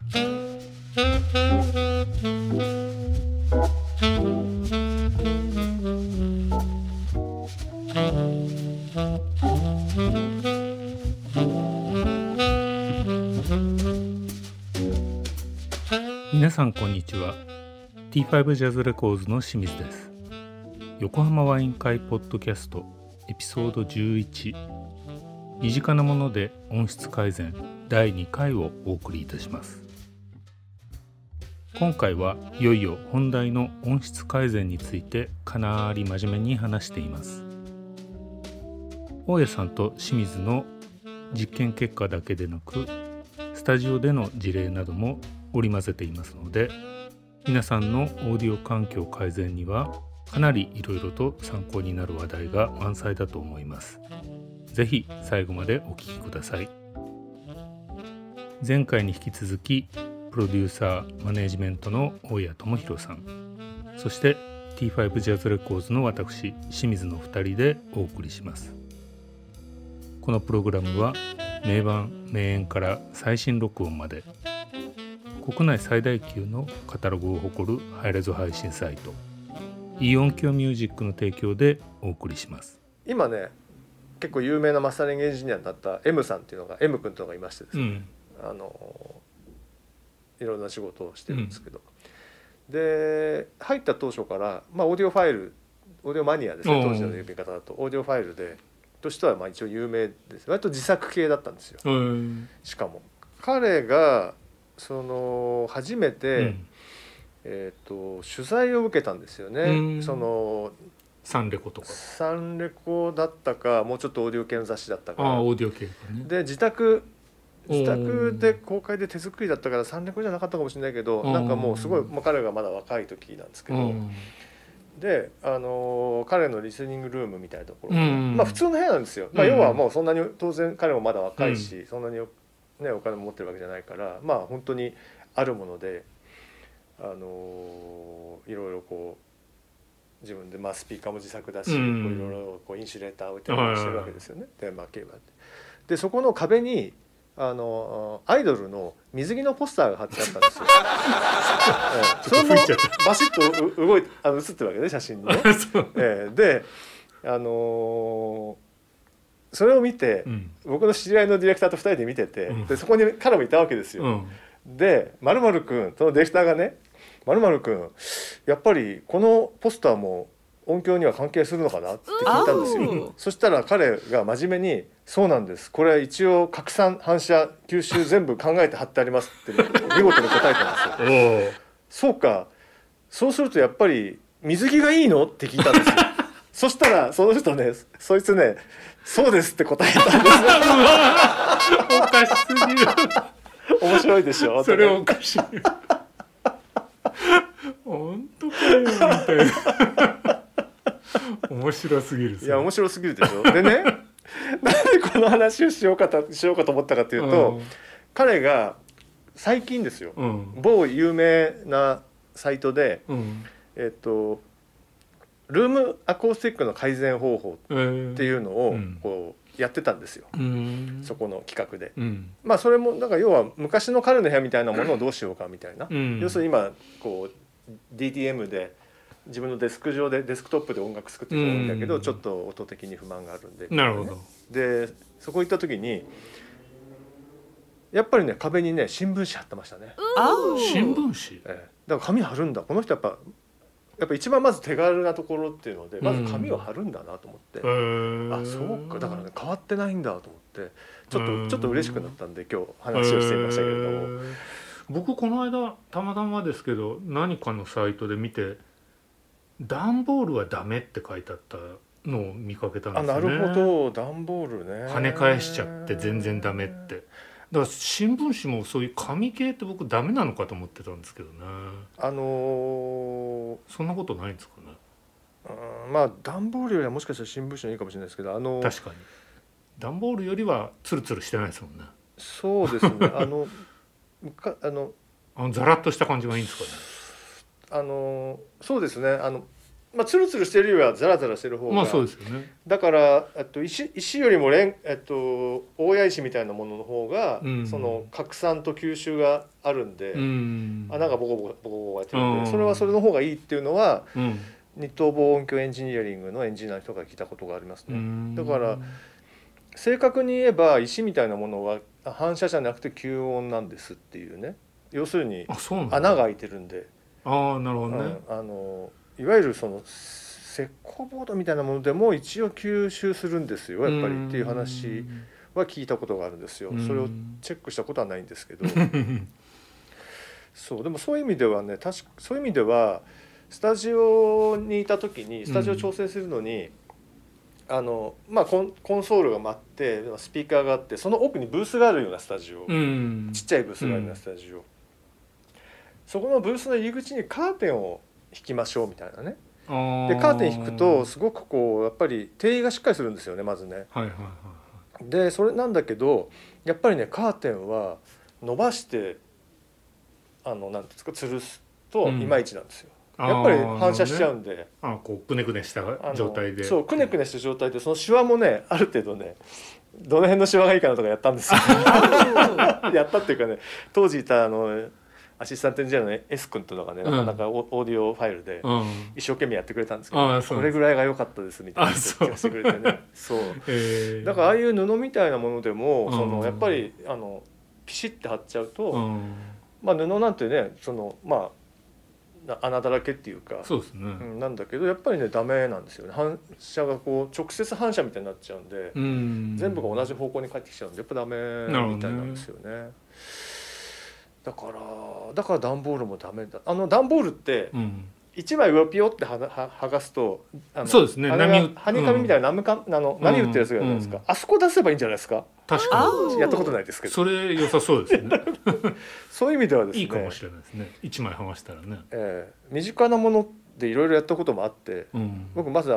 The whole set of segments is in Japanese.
皆さんこんにちは。 T5 ジャズレコーズの清水です。横浜ワイン会ポッドキャストエピソード11、身近なもので音質改善第2回をお送りいたします。今回はいよいよ本題の音質改善についてかなり真面目に話しています。大家さんと清水の実験結果だけでなくスタジオでの事例なども織り交ぜていますので、皆さんのオーディオ環境改善にはかなりいろいろと参考になる話題が満載だと思います。ぜひ最後までお聞きください。前回に引き続きプロデューサーマネージメントの大谷智弘さん、そして T5 ジャズレコーズの私清水の2人でお送りします。このプログラムは名盤名演から最新録音まで国内最大級のカタログを誇るハイレゾ配信サイトイオンキョミュージックの提供でお送りします。 今ね結構有名なマスタリングエンジニアになった M さんっていうのが M 君というのがいましてですね、いろんな仕事をしてるんですけど、で入った当初から、オーディオファイルオーディオマニアですね、当時の呼び方だとオーディオファイルでとしては一応有名です。割と自作系だったんですよ。しかも彼が初めて、取材を受けたんですよね。 サンレコとかサンレコだったかもうちょっとオーディオ系の雑誌だったか、 オーディオ系かね。で自宅で公開で手作りだったからサンレコじゃなかったかもしれないけど、なんかもうすごい、彼がまだ若い時なんですけど、で彼のリスニングルームみたいなところ、普通の部屋なんですよ。要はもうそんなに当然彼もまだ若いし、そんなにね、お金持ってるわけじゃないから、本当にあるもので、いろいろこう自分でスピーカーも自作だし、いろいろこうインシュレーターを置いてしてるわけですよね。でそこの壁にアイドルの水着のポスターが貼ってあったんですよ。それもバシッと動いて映ってるわけね、写真にね。でそれを見て、僕の知り合いのディレクターと2人で見てて、でそこに彼もいたわけですよ。で〇〇君、そのディレクターがね、〇〇君やっぱりこのポスターも音響には関係するのかなって聞いたんですよ。そしたら彼が真面目にそうなんです、これ一応拡散反射吸収全部考えて貼ってありますって見事に答えたんですよ。そうか、そうするとやっぱり水着がいいのって聞いたんですよ。そしたらその人ね、そいつね、そうですって答えたんですよ。 おかしすぎる。 面白いでしょ。 それおかしい。本当かよみたいな。面白すぎる。 いや面白すぎるでしょ。でね、なんでこの話をしようかと思ったかというと、彼が最近ですよ、某有名なサイトで、ルームアコースティックの改善方法っていうのをこうやってたんですよ、そこの企画で。それもなんか要は昔の彼の部屋みたいなものをどうしようかみたいな、要するに今こう DTM で自分のデスク上でデスクトップで音楽作ってる人多いんだけど、ちょっと音的に不満があるんで、 なるほど。 でそこ行った時にやっぱりね、壁にね新聞紙貼ってましたね。 新聞紙、 だから紙貼るんだこの人。やっぱ一番まず手軽なところっていうので、まず紙を貼るんだなと思って、そうか、だからね変わってないんだと思ってちょっと嬉しくなったんで今日話をしてみましたけれども、 僕この間たまたまですけど何かのサイトで見て段ボールはダメって書いてあったのを見かけたんですよね。 なるほど、段ボールね。 跳ね返しちゃって全然ダメって。だから新聞紙もそういう紙系って僕ダメなのかと思ってたんですけどね。そんなことないんですかね。 段ボールよりはもしかしたら新聞紙はいいかもしれないですけど、 確かに段ボールよりはツルツルしてないですもんね。 そうですね。ザラッとした感じがいいんですかね。 そうですね。 まあ、ツルツルしてるよりはザラザラしてる方が、 まあそうですよね。 だから石よりも大谷石みたいなものの方が、その拡散と吸収があるんで、穴がボコボコボコボコやってるんで、それはそれの方がいいっていうのは、日東防音響エンジニアリングのエンジニアの人が聞いたことがありますね。だから正確に言えば石みたいなものは反射じゃなくて吸音なんですっていうね。要するに穴が開いてるんで、 ああなるほどね、 いわゆるその石膏ボードみたいなものでも一応吸収するんですよやっぱりっていう話は聞いたことがあるんですよ。それをチェックしたことはないんですけどそうでもそういう意味ではね、そういう意味ではスタジオにいた時にスタジオ調整するのに、まあ、コンソールがあってスピーカーがあって、その奥にブースがあるようなスタジオ、ちっちゃいブースがあるようなスタジオ、そこのブースの入り口にカーテンを引きましょうみたいなね。でカーテン引くとすごくこうやっぱり定位がしっかりするんですよね、まずね。でそれなんだけどやっぱりねカーテンは伸ばしてなんていうんですか、吊るすといまいちなんですよ。やっぱり反射しちゃうんで、 こうくねくねした状態で、 そうくねくねした状態でそのシワもねある程度ね、どの辺のシワがいいかなとかやったんですよやったっていうかね、当時いたアシスタントエンジニアの S 君というのがね、なかなかオーディオファイルで一生懸命やってくれたんですけど、これぐらいが良かったですみたいな聞かせてくれてね。そうだからああいう布みたいなものでもそのやっぱりピシッて貼っちゃうと、まあ布なんてねそのまあ穴だらけっていうか、 そうですね、 なんだけどやっぱりねダメなんですよね。反射がこう直接反射みたいになっちゃうんで、全部が同じ方向に返ってきちゃうんでやっぱダメみたいなんですよね。だから段ボールもダメだ。段ボールって1枚上をピヨって剥がすとそうですね、 はにかみみたいな波打ってるやつがあるじゃないですか、あそこ出せばいいんじゃないですか。 確かにやったことないですけど、 それ良さそうですねそういう意味ではですね、 いいかもしれないですね、1枚剥がしたらね。 身近なものでいろいろやったこともあって、僕まず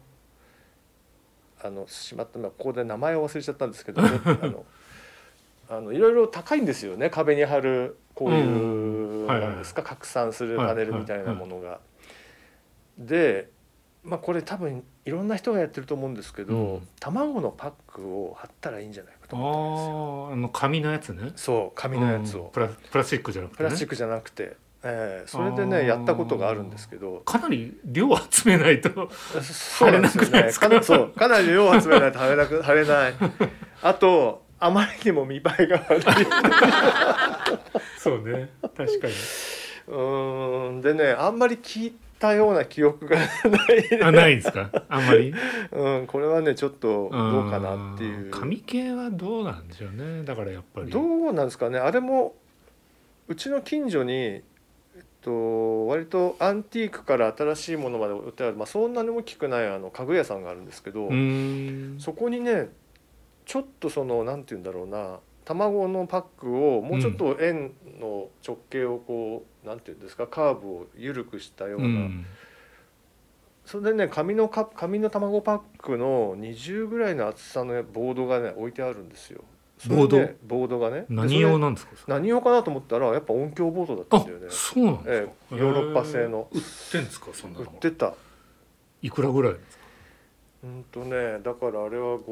しまったここで名前を忘れちゃったんですけどいろいろ高いんですよね、壁に貼るこういうなんですか、拡散するパネルみたいなものが。でまあこれ多分いろんな人がやってると思うんですけど、卵のパックを貼ったらいいんじゃないかと思ったんですよ。 紙のやつね。 そう紙のやつを、 プラスチックじゃなくてね。 プラスチックじゃなくて、それでねやったことがあるんですけど、 かなり量を集めないと貼れなくないですか。かなり量を集めないと貼れないあとあまりにも見栄えが悪いそうね、確かに。でねあんまり聞いたような記憶がないないんですかあんまりこれはねちょっとどうかなっていう。 紙系はどうなんでしょうね。だからやっぱりどうなんですかね。あれもうちの近所に割とアンティークから新しいものまで売ってある、まあ、そんなに大きくない家具屋さんがあるんですけど、そこにねちょっとなんていうんだろうな、卵のパックをもうちょっと円の直径をこうなんていうんですか、カーブを緩くしたような、それでね紙の卵パックの20ぐらいの厚さのボードがね置いてあるんですよ。ボードがね何用なんですか。 何用かなと思ったらやっぱ音響ボードだったんだよね。 そうなんですか。 ヨーロッパ製の売ってんですか。そんなの売ってた。 いくらぐらいですか。 だからあれは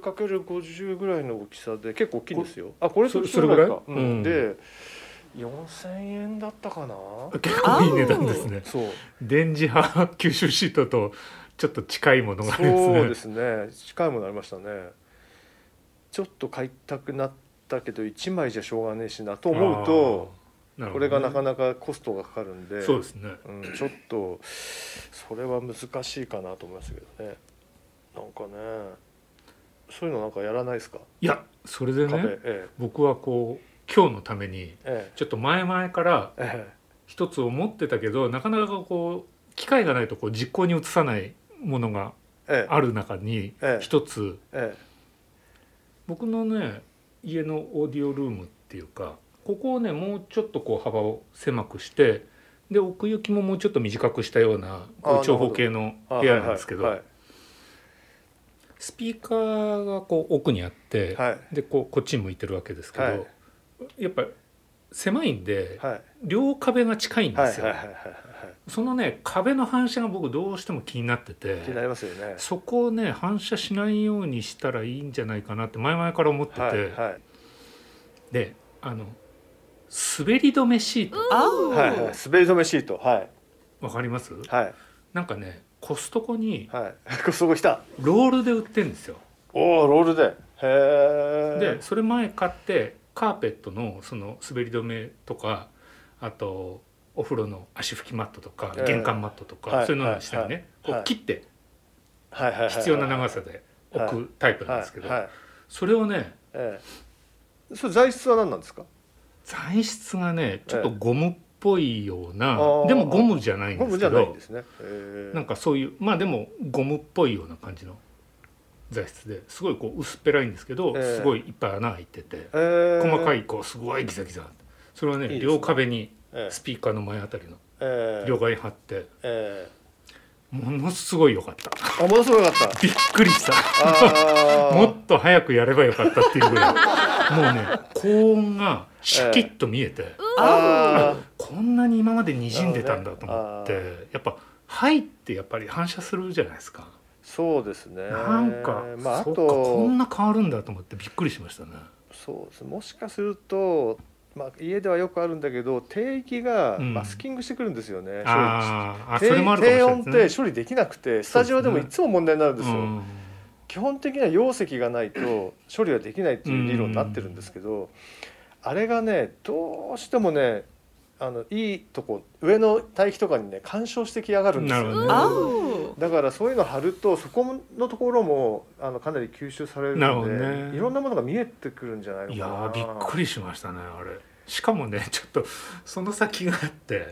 50×50 ぐらいの大きさで結構大きいんですよ。これそれぐらいか、 で4000円だったかな。 結構いい値段ですね。 そう電磁波吸収シートとちょっと近いものがありますね。 そうですね、近いものありましたね。ちょっと買いたくなったけど1枚じゃしょうがねえしなと思うと、これがなかなかコストがかかるんで、 そうですね、 ちょっとそれは難しいかなと思いますけどね。なんかねそういうのなんかやらないですか。 いやそれでね、僕はこう今日のためにちょっと前々から一つ思ってたけど、なかなかこう機会がないとこう実行に移さないものがある中に一つ、僕のね家のオーディオルームっていうか、ここをねもうちょっとこう幅を狭くして、で奥行きももうちょっと短くしたようなこう長方形の部屋なんですけど、スピーカーがこう奥にあって、でこっちに向いてるわけですけど、やっぱり狭いんで、 はい両壁が近いんですよ、 はいはいはいはいはい。 そのね壁の反射が僕どうしても気になってて、 気になりますよね。 そこをね反射しないようにしたらいいんじゃないかなって前々から思ってて、 はいはいで滑り止めシートはいはい、滑り止めシート、はいわかります？ はいなんかねコストコにはいそこ来た。 ロールで売ってるんですよ。 おお、ロールで。へえ。 でそれ前買ってカーペットのその滑り止めとか、あとお風呂の足拭きマットとか玄関マットとか、そういうのの下にねこう切って必要な長さで置くタイプなんですけど、それをね、 それ材質は何なんですか？ 材質がねちょっとゴムっぽいような、でもゴムじゃないんですけど、なんかそういうまあでもゴムっぽいような感じの材質ですごいこう薄っぺらいんですけど、すごいいっぱい穴開いてて、細かいこうすごいギザギザ、それはね両壁にスピーカーの前あたりの両側に貼って、ものすごい良かった。 あ、ものすごい良かった。 びっくりした。もっと早くやればよかったっていうぐらい、もうね高音がシャキッと見えて、こんなに今まで滲んでたんだと思って、やっぱ入ってやっぱり反射するじゃないですか。 そうですね。 なんか、そうかこんな変わるんだと思ってびっくりしましたね。 そうです。もしかすると、家ではよくあるんだけど低域がマスキングしてくるんですよね。低音って処理できなくて、スタジオでもいつも問題になるんですよ。基本的には容積がないと処理はできないっていう理論になってるんですけど、あれがねどうしてもねいいとこ上の帯域とかにね干渉してきやがるんですよね。だからそういうの貼るとそこのところもかなり吸収されるので、いろんなものが見えてくるんじゃないのかな。 いやびっくりしましたねあれ。しかもねちょっとその先があって、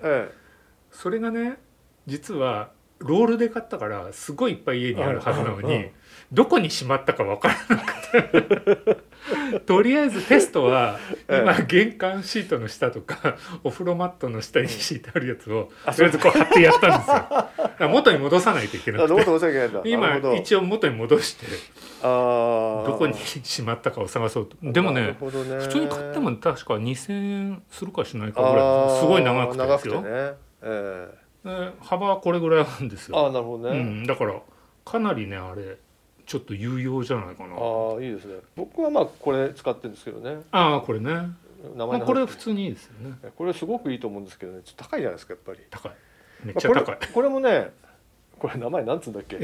それがね実はロールで買ったからすごいいっぱい家にあるはずなのに、どこにしまったか分からなくてとりあえずテストは今玄関シートの下とかお風呂マットの下に敷いてあるやつをとりあえずこう貼ってやったんですよ。だから元に戻さないといけなくて、今一応元に戻してどこにしまったかを探そうと。でもね普通に買っても確か2000円するかしないかぐらいすごい長くてですよ。幅はこれぐらいあるんですよ。 なるほどね。 だからかなりねあれちょっと有用じゃないかな。 いいですね。僕はこれ使ってるんですけどね。 これね。これ普通にいいですよね。 これすごくいいと思うんですけどね。ちょっと高いじゃないですかやっぱり。 高い。めっちゃ高い。 これもね、これ名前なんつうんだっけ。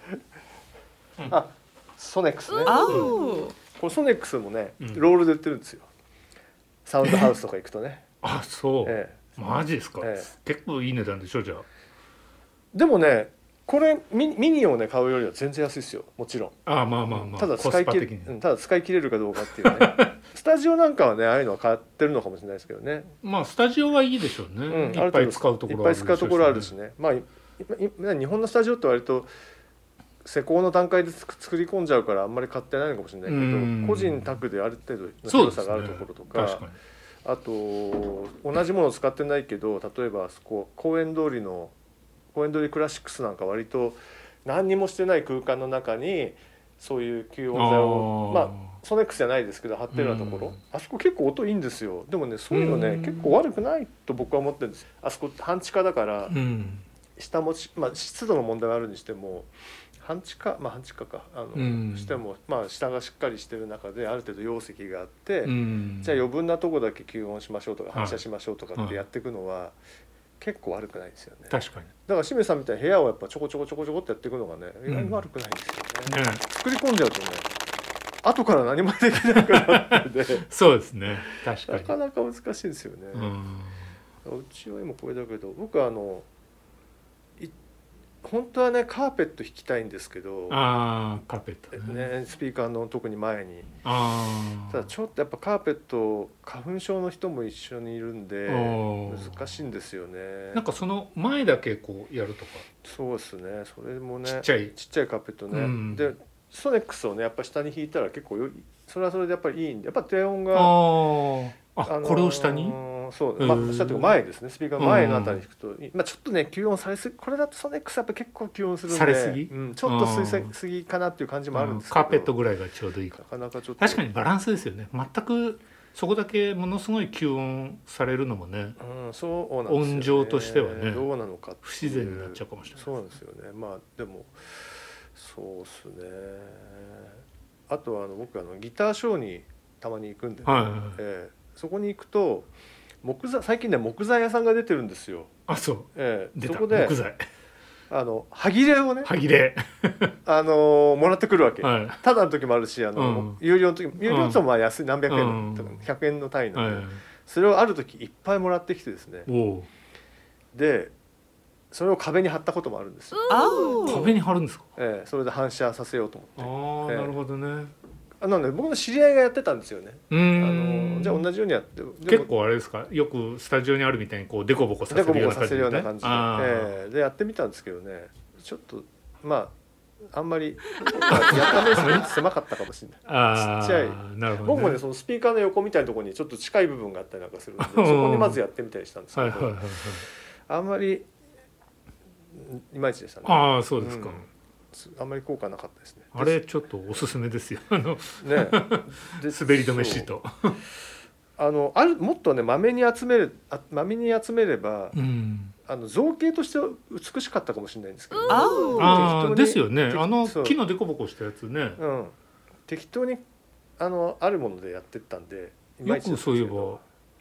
ソネックスね。これソネックスもねロールで売ってるんですよ。サウンドハウスとか行くとね。 そう。マジですか。結構いい値段でしょじゃあ。 でもね。これミニをね買うよりは全然安いですよもちろん。ただ使い切れるかどうかっていうねスタジオなんかはねああいうのは買ってるのかもしれないですけどね。 スタジオはいいでしょうね。いっぱい使うところあるしね。日本のスタジオって割と施工の段階で作り込んじゃうからあんまり買ってないのかもしれないけど、個人宅である程度の広さがあるところとか、あと同じものを使ってないけど例えば公園通りクラシックスなんか割と何にもしてない空間の中にそういう吸音材をソネックスじゃないですけど貼ってるようなところ、あそこ結構音いいんですよ。でもねそういうのね結構悪くないと僕は思ってるんです。あそこ半地下だから下も湿度の問題はあるにしても半地下かしても下がしっかりしてる中である程度容積があって、じゃあ余分なとこだけ吸音しましょうとか反射しましょうとかってやっていくのは結構悪くないですよね。 確かに。 だから清水さんみたいに部屋をやっぱちょこちょこってやっていくのがね意外に悪くないんですよね。作り込んじゃうとね後から何もできなくなってそうですね。確かに。 なかなか難しいですよね。うちは今これだけど僕は本当はねカーペット引きたいんですけど、 カーペットねスピーカーの特に前に。ただちょっとやっぱカーペット花粉症の人も一緒にいるんで難しいんですよね。 なんかその前だけこうやるとか。 そうですね。それもねちっちゃいカーペットね。でソネックスをねやっぱ下に引いたら結構それはそれでやっぱりいいんで、やっぱ低音がこれを下にそう下というか前ですね。スピーカーの前のあたりに引くとちょっとね吸音されすぎ、これだとソネックスやっぱ結構吸音するんでされすぎ、 ちょっと吸いすぎかなっていう感じもあるんですけど、 カーペットぐらいがちょうどいいか。 なかなかちょっと確かにバランスですよね。全くそこだけものすごい吸音されるのもね、 そうなんですよね、 音情としてはねどうなのかっていう不自然になっちゃうかもしれない。 そうなんですよね。まあでもそうですね。あとは僕ギターショーにたまに行くんで、ね、 はいはいはい、 そこに行くと最近ね木材屋さんが出てるんですよ。 あ、そう、出た、 そこで木材、 歯切れをね歯切れもらってくるわけ、 はい、 ただの時もあるし有料の時有料ってもまあ安い何百円とか100円の単位なんで、それをある時いっぱいもらってきてですね、でそれを壁に貼ったこともあるんですよ。 壁に貼るんですか？ それで反射させようと思って。 なるほどね。 なので僕の知り合いがやってたんですよね。じゃあ同じようにやって、 結構あれですか、よくスタジオにあるみたいにこうデコボコさせるような感じで、でやってみたんですけどね、ちょっとまああんまりやった面積狭かったかもしれない。ちっちゃい。 なるほどね、 僕もねそのスピーカーの横みたいなところにちょっと近い部分があったりなんかするので、そこにまずやってみたりしたんですけど、あんまりいまいちでしたね。 ああ、そうですか。 あんまり効果なかったですね。 あれちょっとおすすめですよ。ね、滑り止めシート。 もっとねまめに集めれば、造形としては美しかったかもしれないんですけど、 ですよね。木のデコボコしたやつね。 適当にあるものでやってったんで、 よくそういえば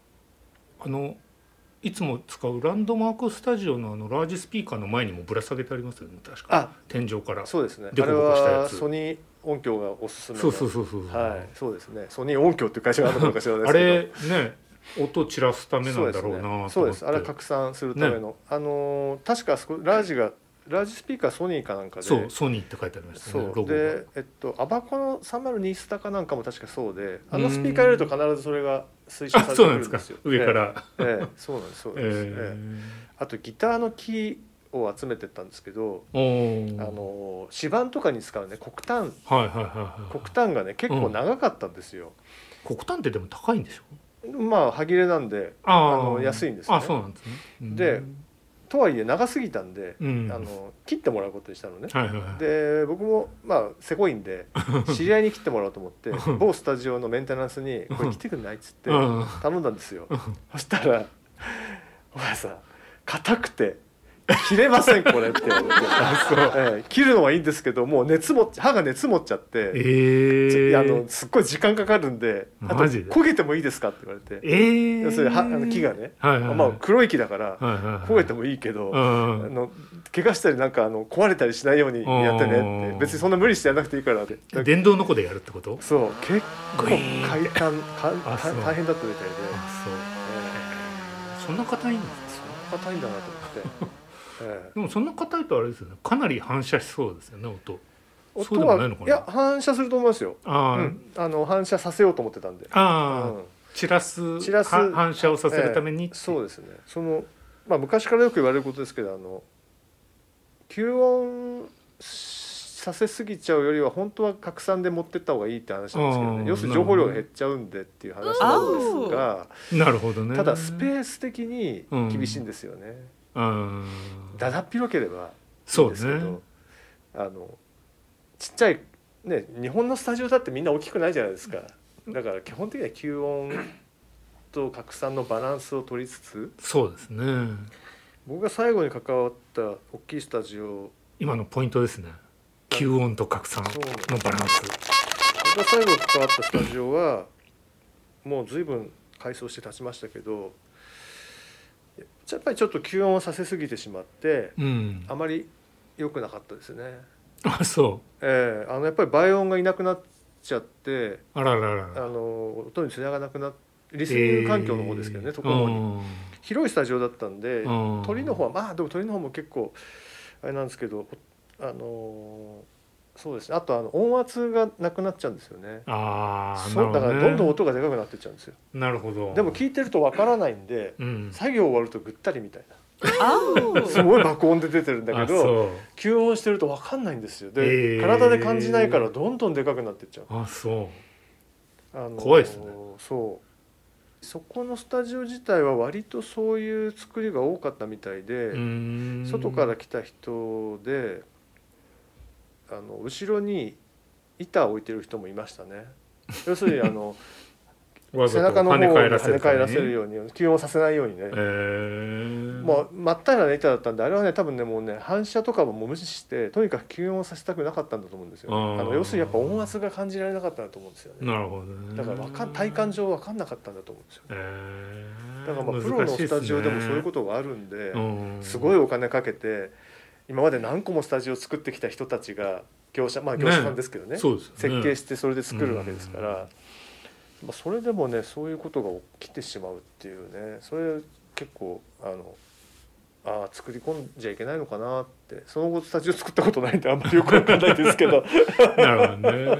いつも使うランドマークスタジオのラージスピーカーの前にもぶら下げてありますよね、確か。天井から。 そうですね。あれはソニー音響がおすすめの。はい、そうですね。ソニー音響っていう会社があるのかしらないですけど。 あれね、音散らすためなんだろうなと思って。 そうです。あれは拡散するための。確かラージスピーカーソニーかなんかで。 そう、ソニーって書いてありましたね。 で、アバコの302スタかなんかも確かそうで、スピーカー入れると必ずそれが推奨されてくるんですよ。 上から。 そうなんです。そうです。あとギターのキーを集めてったんですけど、指板とかに使うね黒炭がね結構長かったんですよ。 黒炭ってでも高いんでしょ？ まあ歯切れなんで安いんですよね。 そうなんですね。 でとはいえ長すぎたんで、切ってもらうことにしたのね。で僕もまあせこいんで知り合いに切ってもらおうと思って某スタジオのメンテナンスにこれ切ってくんないっつって頼んだんですよ。そしたらお前さ硬くて切れませんこれって言われて、切るのはいいんですけどもう歯が熱持っちゃって、すっごい時間かかるんで、あと焦げてもいいですかって言われて、要するに木がね、まあ黒い木だから焦げてもいいけど、怪我したりなんか壊れたりしないようにやってねって、別にそんな無理してやらなくていいからって。 電動の子でやるってこと？ そう、結構大変だったみたいで。 そんな硬いんですか？ そんな硬いんだなと思って。 でもそんな硬いとあれですよね、かなり反射しそうですよね、音はいや反射すると思いますよ。反射させようと思ってたんで、 散らす反射をさせるために。 そうですね。昔からよく言われることですけど、吸音させすぎちゃうよりは本当は拡散で持ってった方がいいって話なんですけどね。要するに情報量が減っちゃうんでっていう話なんですが、 なるほどね。 ただスペース的に厳しいんですよね。だだっ広ければいいんですけど、ちっちゃいね、日本のスタジオだってみんな大きくないじゃないですか。だから基本的には吸音と拡散のバランスを取りつつ。 そうですね。 僕が最後に関わった大きいスタジオ、 今のポイントですね。吸音と拡散のバランス。 僕が最後に関わったスタジオはもう随分改装して経ちましたけど、やっぱりちょっと吸音をさせすぎてしまって、あまり良くなかったですね。 そう。 やっぱり倍音がいなくなっちゃって、音につながなくなって、リスニング環境の方ですけどね、ところに広いスタジオだったんで、鳥の方はまあでも鳥の方も結構あれなんですけど、そうですね。あと音圧がなくなっちゃうんですよね。だからどんどん音がでかくなってっちゃうんですよ。 なるほど。 でも聞いてるとわからないんで、作業終わるとぐったりみたいな。すごい爆音で出てるんだけど、吸音してるとわかんないんですよ。で、体で感じないからどんどんでかくなってっちゃう。 そう。怖いですね。 そこのスタジオ自体は割とそういう作りが多かったみたいで、外から来た人で。後ろに板を置いてる人もいましたね。要するに背中の方に跳ね返らせるように吸音させないようにね、もう真っ平らな板だったんで、あれはね多分ねもうね反射とかも無視してとにかく吸音させたくなかったんだと思うんですよ、要するにやっぱ音圧が感じられなかったんだと思うんですよね。 なるほどね。 だから体感上分かんなかったんだと思うんですよ、だからまあプロのスタジオでもそういうことがあるんで、すごいお金かけて今まで何個もスタジオを作ってきた人たちが業者さんですけどね、設計してそれで作るわけですから、それでもねそういうことが起きてしまうっていうね、それ結構作り込んじゃいけないのかなって、その後スタジオ作ったことないんであんまりよくわかんないですけどなるほどね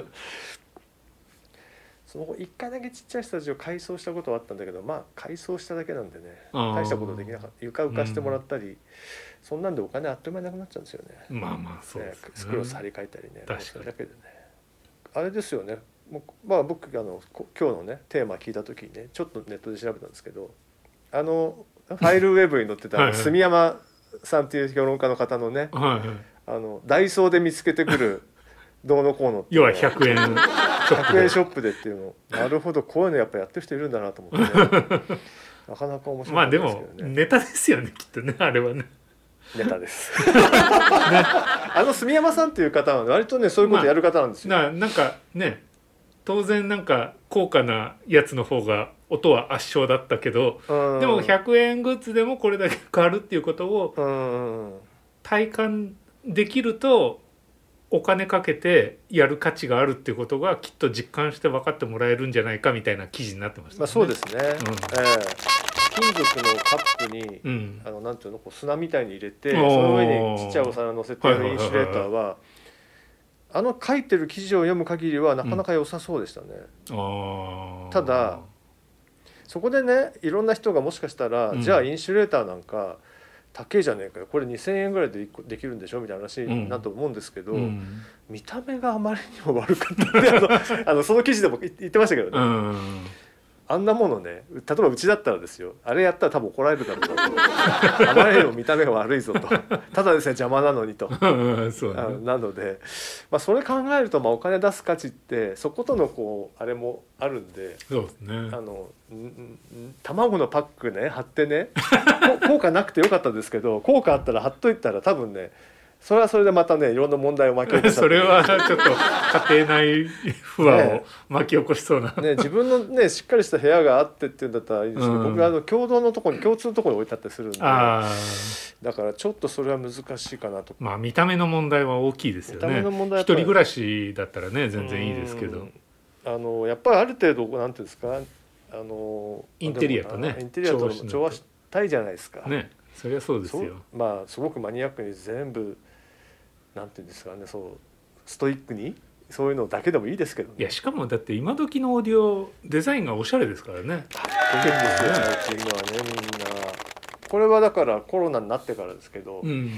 その後1回だけちっちゃいスタジオ改装したことはあったんだけど、改装しただけなんでね大したことできなかった。床浮かしてもらったり、そんなんでお金あっという間になくなっちゃうんですよね。 そうですね。 スクロース張り替えたりね。 確かに。 だけでねあれですよね。僕今日のねテーマ聞いた時にねちょっとネットで調べたんですけど、ファイルウェブに載ってた住山さんっていう評論家の方のねダイソーで見つけてくるどうのこうのって要は100円ショップでっていうの、なるほどこういうのやっぱやってる人いるんだなと思って、ね、なかなか面白いですけどね。 でもネタですよねきっとね、あれはねネタです住山さんっていう方は割とねそういうことやる方なんですよ、 なんかね当然なんか高価なやつの方が音は圧勝だったけど、でも100円グッズでもこれだけ変わるっていうことを体感できるとお金かけてやる価値があるっていうことがきっと実感して分かってもらえるんじゃないかみたいな記事になってましたね。 そうですね、金属のカップに、なんていうのこう砂みたいに入れてその上にちっちゃいお皿乗せてやるインシュレーターは書いてる記事を読む限りはなかなか良さそうでしたね、ただそこでねいろんな人がもしかしたら、じゃあインシュレーターなんか高いじゃねえかよこれ2000円ぐらいでできるんでしょみたいな話になると思うんですけど、見た目があまりにも悪かったんでその記事でも言ってましたけどね、あんなものね例えばうちだったらですよあれやったら多分怒られるだろうとあまりにも見た目が悪いぞとただですね邪魔なのにとなので、それ考えるとお金出す価値ってそことのあれもあるんで、 そうですね、 卵のパックね貼ってね効果なくてよかったですけど効果あったら貼っといたら多分ねそれはそれでまたねいろんな問題を巻き起こしたそれはちょっと家庭内不和を巻き起こしそうな、 自分のねしっかりした部屋があってっていうんだったらいいですけど、僕は共同のところに共通のところに置いてあったりするんで、だからちょっとそれは難しいかなと。 見た目の問題は大きいですよね。一人暮らしだったらね全然いいですけど、 やっぱりある程度なんていうんですかインテリアとね調和したいじゃないですかね。そりゃそうですよ。 すごくマニアックに全部なんていうんですかね、ストイックにそういうのだけでもいいですけどね。 いやしかもだって今時のオーディオデザインがおしゃれですからね。 かっこいいですよ最近のはねみんな。これはだからコロナになってからですけど、オー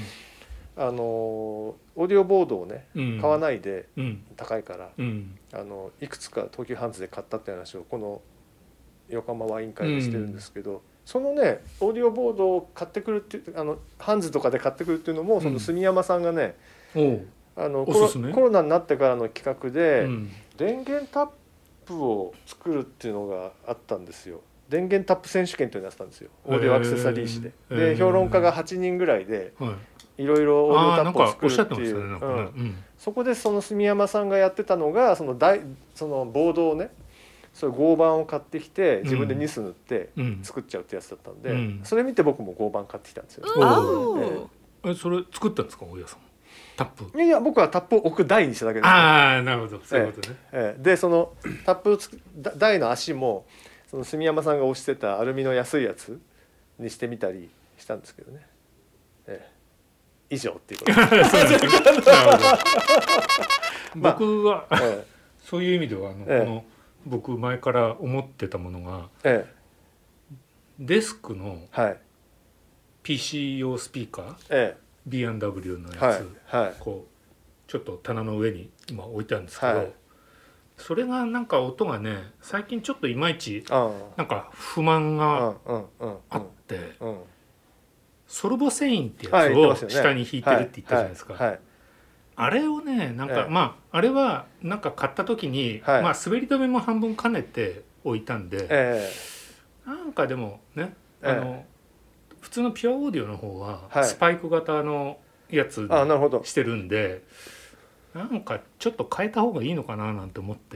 ディオボードをね買わないで、高いから、いくつか東急ハンズで買ったって話をこの横浜ワイン会でしてるんですけど、そのねオーディオボードを買ってくるってハンズとかで買ってくるっていうのもその住山さんがね、コロナになってからの企画で、電源タップを作るっていうのがあったんですよ。電源タップ選手権というのをやってたんですよ、オーディオアクセサリー誌で。で評論家が8人ぐらいでいろいろオーディオタップを作るっていう、そこでその住山さんがやってたのがそのボードをねそういう合板を買ってきて自分でニス塗って作っちゃうってやつだったんで、それ見て僕も合板買ってきたんですよ。 それ作ったんですか大家さんタップ？ いや僕はタップを置く台にしただけです。 なるほどそういうことね。 でそのタップ台の足もその住山さんが推してたアルミの安いやつにしてみたりしたんですけどね。以上っていうことです。 僕はそういう意味ではこの僕前から思ってたものが、デスクの PC 用スピーカー、B&W のやつ、こうちょっと棚の上に今置いてあるんですけど、それがなんか音がね最近ちょっといまいちなんか不満があって、ソルボセインってやつを下に引いてるって言ったじゃないですか。あれをねなんかあれはなんか買った時に滑り止めも半分兼ねて置いたんで、なんかでもね普通のピュアオーディオの方はスパイク型のやつにしてるんで、なんかちょっと変えた方がいいのかななんて思って、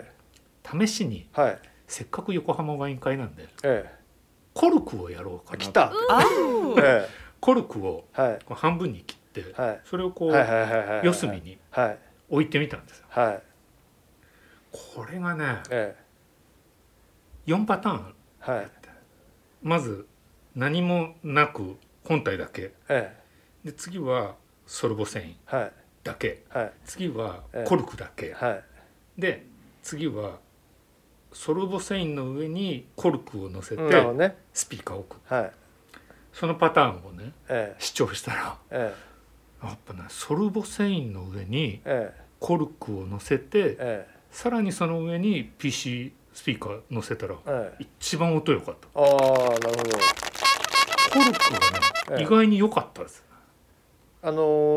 試しに、せっかく横浜ワイン会なんで、コルクをやろうかなと。 来たコルクを半分に切って、それをこう四隅に置いてみたんですよ。これがね、4パターンあって、まず何もなく本体だけ、で次はソルボ繊維だけ、次はコルクだけ、で次はソルボ繊維の上にコルクを乗せてスピーカーを置く、そのパターンをね、試聴したら、やっぱねソルボ繊維の上にコルクを乗せて、さらにその上に PC スピーカー乗せたら、一番音良かった。 なるほど。 コルクがね、意外に良かったです。 今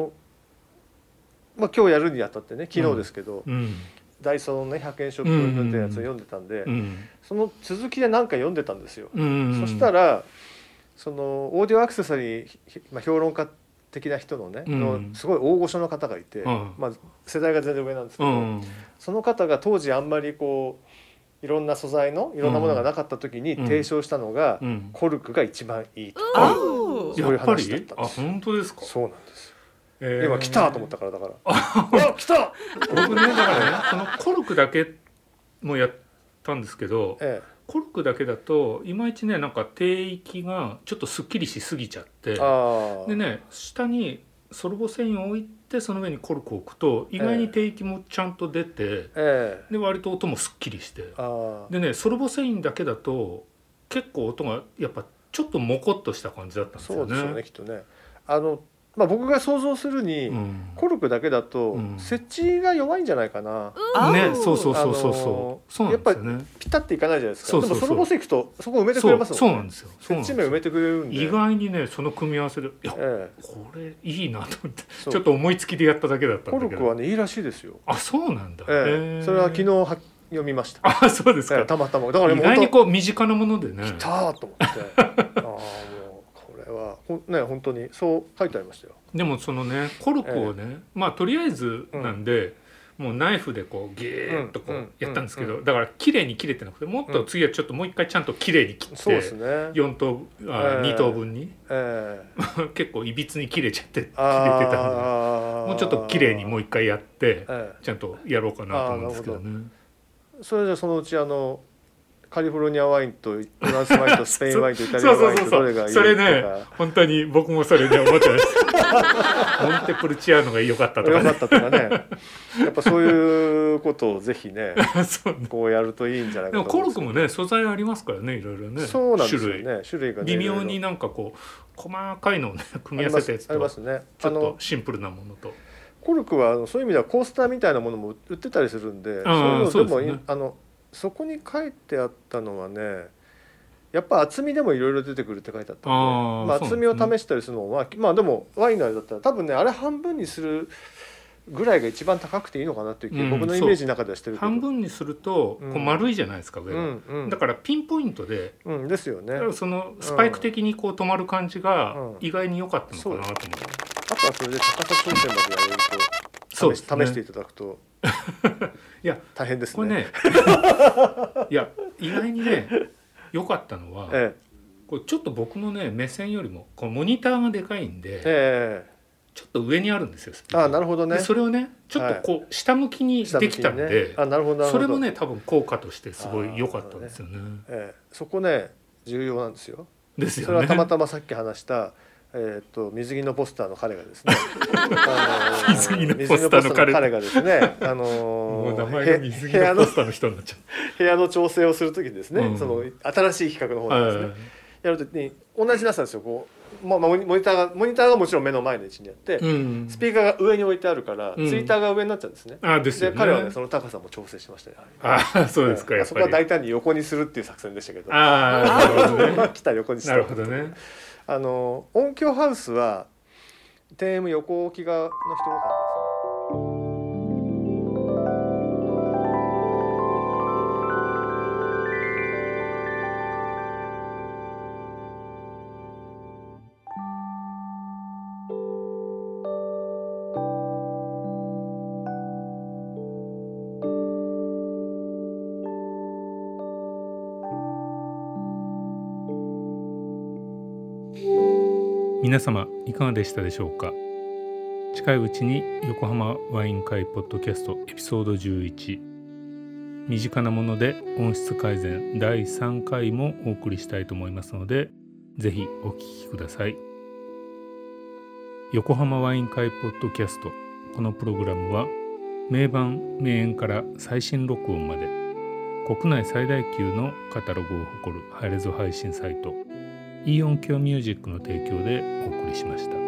日やるにあたってね、昨日ですけど、ダイソーのね100円ショップのやつを読んでたんで、その続きで何か読んでたんですよ。そしたらそのオーディオアクセサリー、評論家的な人のね、すごい大御所の方がいて、世代が全然上なんですけど、その方が当時あんまりこういろんな素材のいろんなものがなかった時に提唱したのが、コルクが一番いいと、そういう話だったんです。 本当ですか？ そうなんですよ。今来たと思ったから、だから来た僕ね、だからねそのコルクだけもやったんですけど、コルクだけだといまいちね、なんか低域がちょっとすっきりしすぎちゃって、でね、下にソルボ繊維を置いてその上にコルクを置くと意外に低域もちゃんと出て、で割と音もすっきりして、でねソルボ繊維だけだと結構音がやっぱちょっとモコっとした感じだったんですよね。 そうですよね、きっとね。僕が想像するに、コルクだけだと設置が弱いんじゃないかな。 そうやっぱりピタッていかないじゃないですか。でもソルボ繊維いくとそこ埋めてくれますもんね。 そうなんですよ。 設置面埋めてくれるんで。 意外にねその組み合わせで、いや、これいいなと思って、ちょっと思いつきでやっただけだったんだけど。 コルクはねいいらしいですよ。 あ、そうなんだ。 それは昨日読みました。 あ、そうですか。 たまたま。だから意外にこう身近なものでね。 来たと思って。本当にそう書いてありましたよ。 でもそのねコルクをね、とりあえずなんで、もうナイフでこうギューッとこうやったんですけど、だから綺麗に切れてなくて、もっと次はちょっともう一回ちゃんと綺麗に切って、4等2等分に、結構いびつに切れちゃって切れてたんで、もうちょっと綺麗にもう一回やって、ちゃんとやろうかなと思うんですけどね。 それじゃそのうちカリフォルニアワインとフランスワインとスペインワインとイタリアワインとどれがいいとか、 それね本当に僕もそれで思ってましたモンテプルチアーノが良かったとかね。 やっぱそういうことをぜひねこうやるといいんじゃないかと思います。 でもコルクもね素材ありますからね、いろいろね。 そうなんですよね、種類がね微妙になんかこう細かいのをね組み合わせたやつとちょっとシンプルなものと。 コルクはそういう意味ではコースターみたいなものも売ってたりするんで、そういうのでもそこに書いてあったのはね、やっぱ厚みでもいろいろ出てくるって書いてあったんで、厚みを試したりするのはでもワインのあれだったら多分ね、あれ半分にするぐらいが一番高くていいのかなっていう気、僕のイメージの中ではしてるけど、 半分にするとこう丸いじゃないですか、上が、だからピンポイントで、 ですよね。 だからそのスパイク的にこう止まる感じが意外に良かったのかなと思って、 あとはそれで高さ調整までやれると試していただくといや大変ですね。 これねいや意外にね良かったのは、これちょっと僕のね目線よりもこうモニターがでかいんで、ちょっと上にあるんですよ。 なるほどね。 それをねちょっとこう下向きにできたんで、それもね多分効果としてすごい良かったんですよね。 そこね重要なんですよ。 ですよね。 それはたまたまさっき話した水着のポスターの彼がですね水着のポスターの彼がですねもう名前が水着のポスターの人になっちゃう。 部屋の調整をする時にですね、その新しい企画の方でですね、やる時に同じなさんですよ。こうモニターがもちろん目の前の位置にあって、スピーカーが上に置いてあるからツイッターが上になっちゃうんですね。で彼はねその高さも調整しましたよ。 そうですか。 そこは大胆に横にするっていう作戦でしたけど、来た横にした。 なるほどね。 音響ハウスは低 M 横置きがの人多かったですね。 皆様いかがでしたでしょうか。近いうちに横浜ワイン会ポッドキャストエピソード11、身近なもので音質改善第3回もお送りしたいと思いますので、ぜひお聞きください。横浜ワイン会ポッドキャスト、このプログラムは名盤名演から最新録音まで国内最大級のカタログを誇るハイレゾ配信サイトイオンキョミュージックの提供でお送りしました。